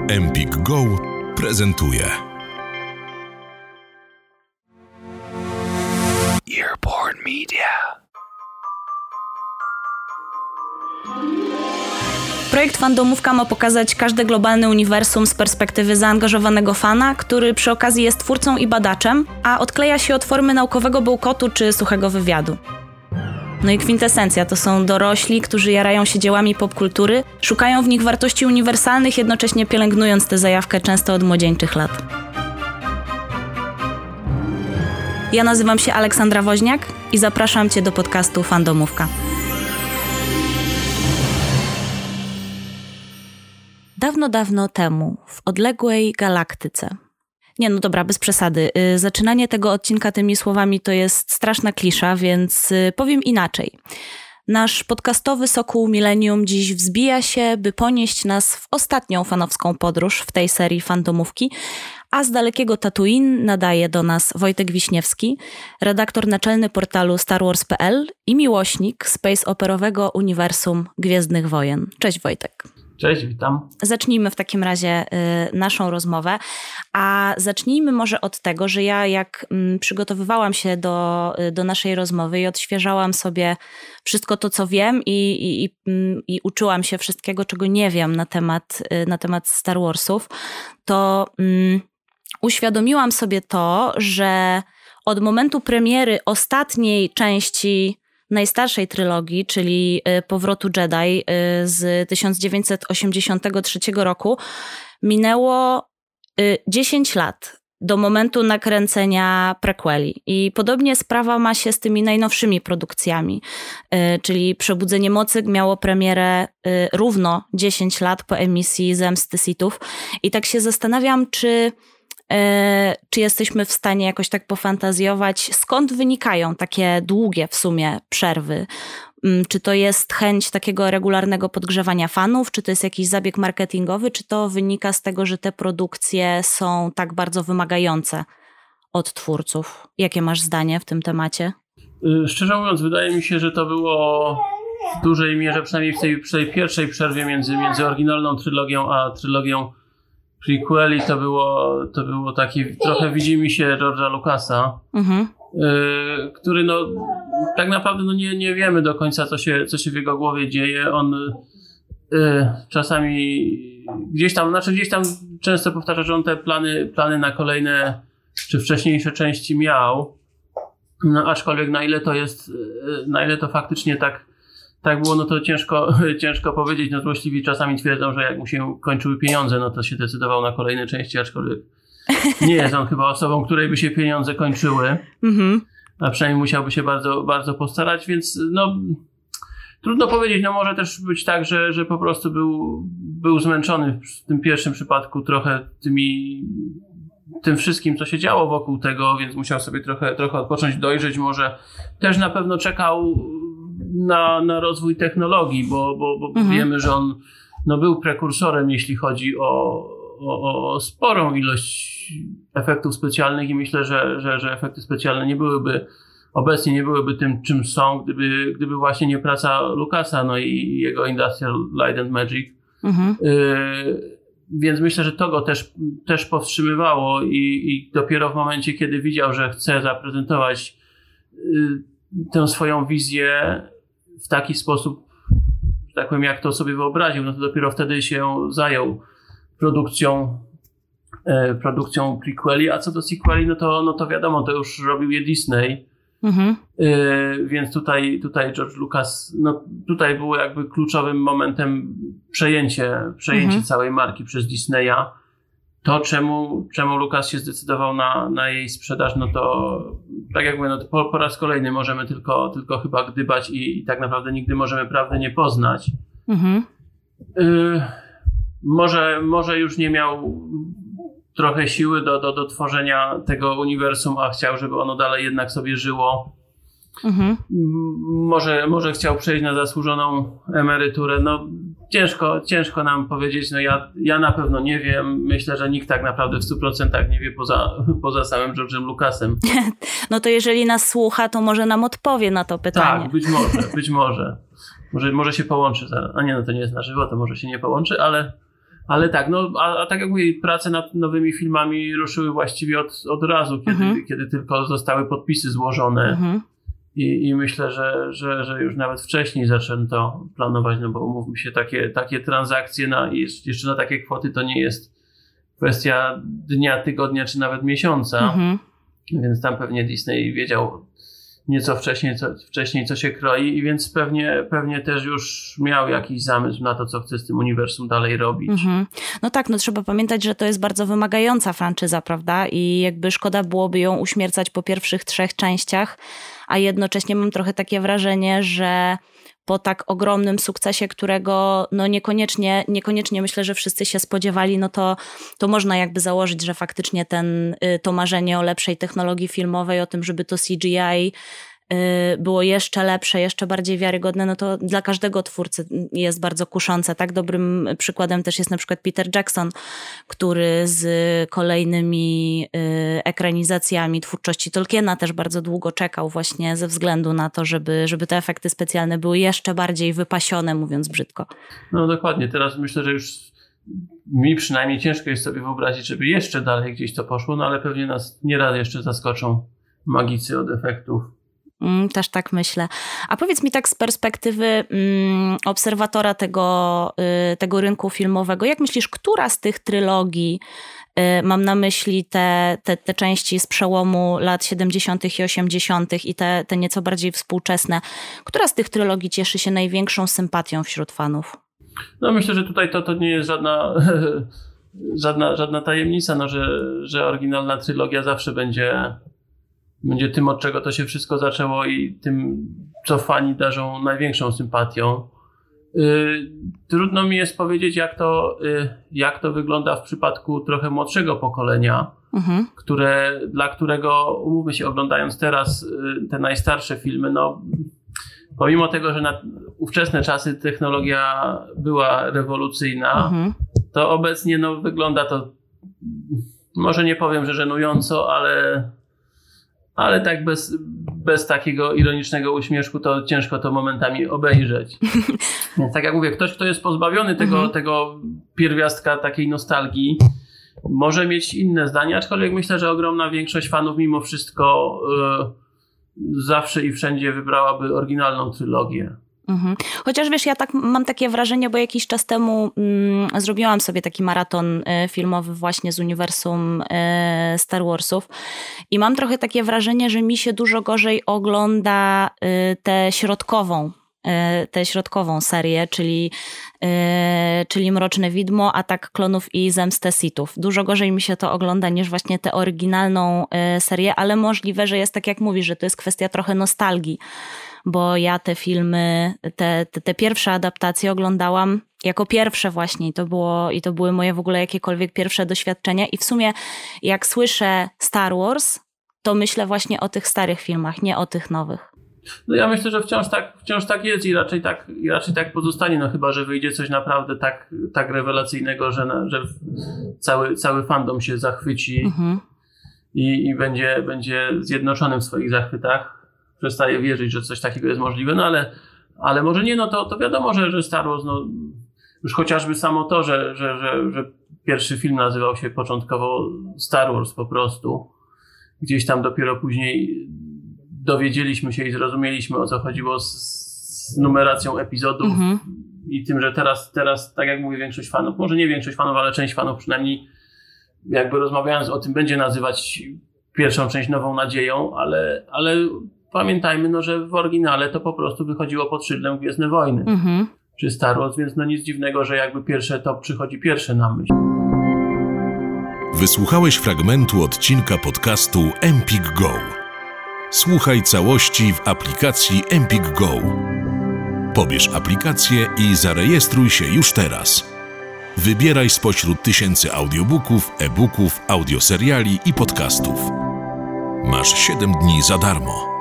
Empik Go prezentuje Earborn Media. Projekt Fandomówka ma pokazać każde globalne uniwersum z perspektywy zaangażowanego fana, który przy okazji jest twórcą i badaczem, a odkleja się od formy naukowego bełkotu czy suchego wywiadu. No i kwintesencja to są dorośli, którzy jarają się dziełami popkultury, szukają w nich wartości uniwersalnych, jednocześnie pielęgnując tę zajawkę często od młodzieńczych lat. Ja nazywam się Aleksandra Woźniak i zapraszam Cię do podcastu Fandomówka. Dawno, dawno temu, w odległej galaktyce. Nie, no dobra, bez przesady. Zaczynanie tego odcinka tymi słowami to jest straszna klisza, więc powiem inaczej. Nasz podcastowy sokół Millennium dziś wzbija się, by ponieść nas w ostatnią fanowską podróż w tej serii Fandomówki, a z dalekiego Tatooine nadaje do nas Wojtek Wiśniewski, redaktor naczelny portalu StarWars.pl i miłośnik space operowego uniwersum Gwiezdnych Wojen. Cześć Wojtek. Cześć, witam. Zacznijmy w takim razie naszą rozmowę, a zacznijmy może od tego, że ja jak przygotowywałam się do naszej rozmowy i odświeżałam sobie wszystko to, co wiem i uczyłam się wszystkiego, czego nie wiem na temat Star Warsów, to uświadomiłam sobie to, że od momentu premiery ostatniej części najstarszej trylogii, czyli Powrotu Jedi z 1983 roku, minęło 10 lat do momentu nakręcenia prequeli. I podobnie sprawa ma się z tymi najnowszymi produkcjami, czyli Przebudzenie Mocy miało premierę równo 10 lat po emisji Zemsty Sithów. I tak się zastanawiam, czy jesteśmy w stanie jakoś tak pofantazjować, skąd wynikają takie długie w sumie przerwy? Czy to jest chęć takiego regularnego podgrzewania fanów, czy to jest jakiś zabieg marketingowy, czy to wynika z tego, że te produkcje są tak bardzo wymagające od twórców? Jakie masz zdanie w tym temacie? Szczerze mówiąc, wydaje mi się, że to było w dużej mierze, przynajmniej w tej pierwszej przerwie między oryginalną trylogią a trylogią prequeli, to było taki trochę widzimisię George'a Lucasa, który tak naprawdę nie wiemy do końca, co się w jego głowie dzieje. On czasami gdzieś tam często powtarza, że on te plany na kolejne czy wcześniejsze części miał, no aczkolwiek na ile to faktycznie tak było, no to ciężko powiedzieć. No złośliwi czasami twierdzą, że jak mu się kończyły pieniądze, no to się decydował na kolejne części, aczkolwiek nie jest on chyba osobą, której by się pieniądze kończyły. A przynajmniej musiałby się bardzo, bardzo postarać, więc no trudno powiedzieć. No może też być tak, że po prostu był zmęczony w tym pierwszym przypadku trochę tym wszystkim, co się działo wokół tego, więc musiał sobie trochę odpocząć, dojrzeć. Może też na pewno czekał na rozwój technologii, bo wiemy, że on był prekursorem, jeśli chodzi o sporą ilość efektów specjalnych i myślę, że efekty specjalne obecnie nie byłyby tym, czym są, gdyby właśnie nie praca Lucasa, no i jego Industrial Light and Magic. Więc myślę, że to go też powstrzymywało i dopiero w momencie, kiedy widział, że chce zaprezentować tę swoją wizję w taki sposób, że tak powiem, jak to sobie wyobraził, no to dopiero wtedy się zajął produkcją prequeli, a co do sequeli, no to wiadomo, to już robił je Disney, więc tutaj George Lucas, no tutaj było jakby kluczowym momentem przejęcie całej marki przez Disneya. To czemu Lucas się zdecydował na jej sprzedaż, no to tak jak mówię, no to po raz kolejny możemy tylko chyba gdybać i tak naprawdę nigdy możemy prawdy nie poznać. Może już nie miał trochę siły do tworzenia tego uniwersum, a chciał, żeby ono dalej jednak sobie żyło. Może chciał przejść na zasłużoną emeryturę. No ciężko nam powiedzieć. No ja na pewno nie wiem. Myślę, że nikt tak naprawdę w 100% nie wie poza samym George'em Lucasem. No to jeżeli nas słucha, to może nam odpowie na to pytanie. Tak, być może. Może się połączy. A nie, no to nie jest na żywo, to może się nie połączy, Ale tak, no a tak jak mówię, prace nad nowymi filmami ruszyły właściwie od razu, kiedy tylko zostały podpisy złożone. I myślę, że już nawet wcześniej zaczęto planować, no bo umówmy się, takie transakcje jeszcze na takie kwoty to nie jest kwestia dnia, tygodnia czy nawet miesiąca. Więc tam pewnie Disney wiedział nieco wcześniej, co się kroi, i więc pewnie też już miał jakiś zamysł na to, co chce z tym uniwersum dalej robić. No tak, no trzeba pamiętać, że to jest bardzo wymagająca franczyza, prawda? I jakby szkoda byłoby ją uśmiercać po pierwszych 3 częściach, a jednocześnie mam trochę takie wrażenie, że po tak ogromnym sukcesie, którego no niekoniecznie myślę, że wszyscy się spodziewali, no to można jakby założyć, że faktycznie to marzenie o lepszej technologii filmowej, o tym, żeby to CGI było jeszcze lepsze, jeszcze bardziej wiarygodne, no to dla każdego twórcy jest bardzo kuszące. Tak dobrym przykładem też jest na przykład Peter Jackson, który z kolejnymi ekranizacjami twórczości Tolkiena też bardzo długo czekał właśnie ze względu na to, żeby te efekty specjalne były jeszcze bardziej wypasione, mówiąc brzydko. No dokładnie. Teraz myślę, że już mi przynajmniej ciężko jest sobie wyobrazić, żeby jeszcze dalej gdzieś to poszło, no ale pewnie nas nieraz jeszcze zaskoczą magicy od efektów. Też tak myślę. A powiedz mi tak z perspektywy obserwatora tego rynku filmowego, jak myślisz, która z tych trylogii, mam na myśli te części z przełomu lat 70. i 80. i te nieco bardziej współczesne, która z tych trylogii cieszy się największą sympatią wśród fanów? No myślę, że tutaj to nie jest żadna tajemnica, no, że oryginalna trylogia zawsze będzie tym, od czego to się wszystko zaczęło i tym, co fani darzą największą sympatią. Trudno mi jest powiedzieć, jak to wygląda w przypadku trochę młodszego pokolenia, dla którego, umówmy się, oglądając teraz te najstarsze filmy, no pomimo tego, że na ówczesne czasy technologia była rewolucyjna, to obecnie no, wygląda to, może nie powiem, że żenująco, ale tak bez takiego ironicznego uśmieszku to ciężko to momentami obejrzeć. Tak jak mówię, ktoś, kto jest pozbawiony tego pierwiastka takiej nostalgii, może mieć inne zdanie, aczkolwiek myślę, że ogromna większość fanów mimo wszystko zawsze i wszędzie wybrałaby oryginalną trylogię. Chociaż wiesz, ja tak mam takie wrażenie, bo jakiś czas temu zrobiłam sobie taki maraton filmowy właśnie z uniwersum Star Warsów i mam trochę takie wrażenie, że mi się dużo gorzej ogląda tę środkową serię, czyli Mroczne Widmo, Atak Klonów i Zemstę Sithów. Dużo gorzej mi się to ogląda niż właśnie tę oryginalną serię, ale możliwe, że jest tak jak mówisz, że to jest kwestia trochę nostalgii, bo ja te filmy, te pierwsze adaptacje oglądałam jako pierwsze właśnie i to były moje w ogóle jakiekolwiek pierwsze doświadczenia i w sumie jak słyszę Star Wars, to myślę właśnie o tych starych filmach, nie o tych nowych. No ja myślę, że wciąż tak jest i raczej tak pozostanie, no chyba, że wyjdzie coś naprawdę tak rewelacyjnego, że cały fandom się zachwyci i będzie zjednoczony w swoich zachwytach. Przestaje wierzyć, że coś takiego jest możliwe, no ale może nie, no to wiadomo, że Star Wars, no już chociażby samo to, że pierwszy film nazywał się początkowo Star Wars po prostu. Gdzieś tam dopiero później dowiedzieliśmy się i zrozumieliśmy, o co chodziło z numeracją epizodów i tym, że teraz, tak jak mówię, większość fanów, może nie większość fanów, ale część fanów przynajmniej jakby rozmawiając o tym będzie nazywać pierwszą część Nową Nadzieją, ale pamiętajmy, no, że w oryginale to po prostu wychodziło pod szyldem Gwiezdne Wojny czy Star Wars, więc no nic dziwnego, że jakby to przychodzi pierwsze na myśl. Wysłuchałeś fragmentu odcinka podcastu Empik Go. Słuchaj całości w aplikacji Empik Go. Pobierz aplikację i zarejestruj się już teraz. Wybieraj spośród tysięcy audiobooków, e-booków, audioseriali i podcastów. Masz 7 dni za darmo.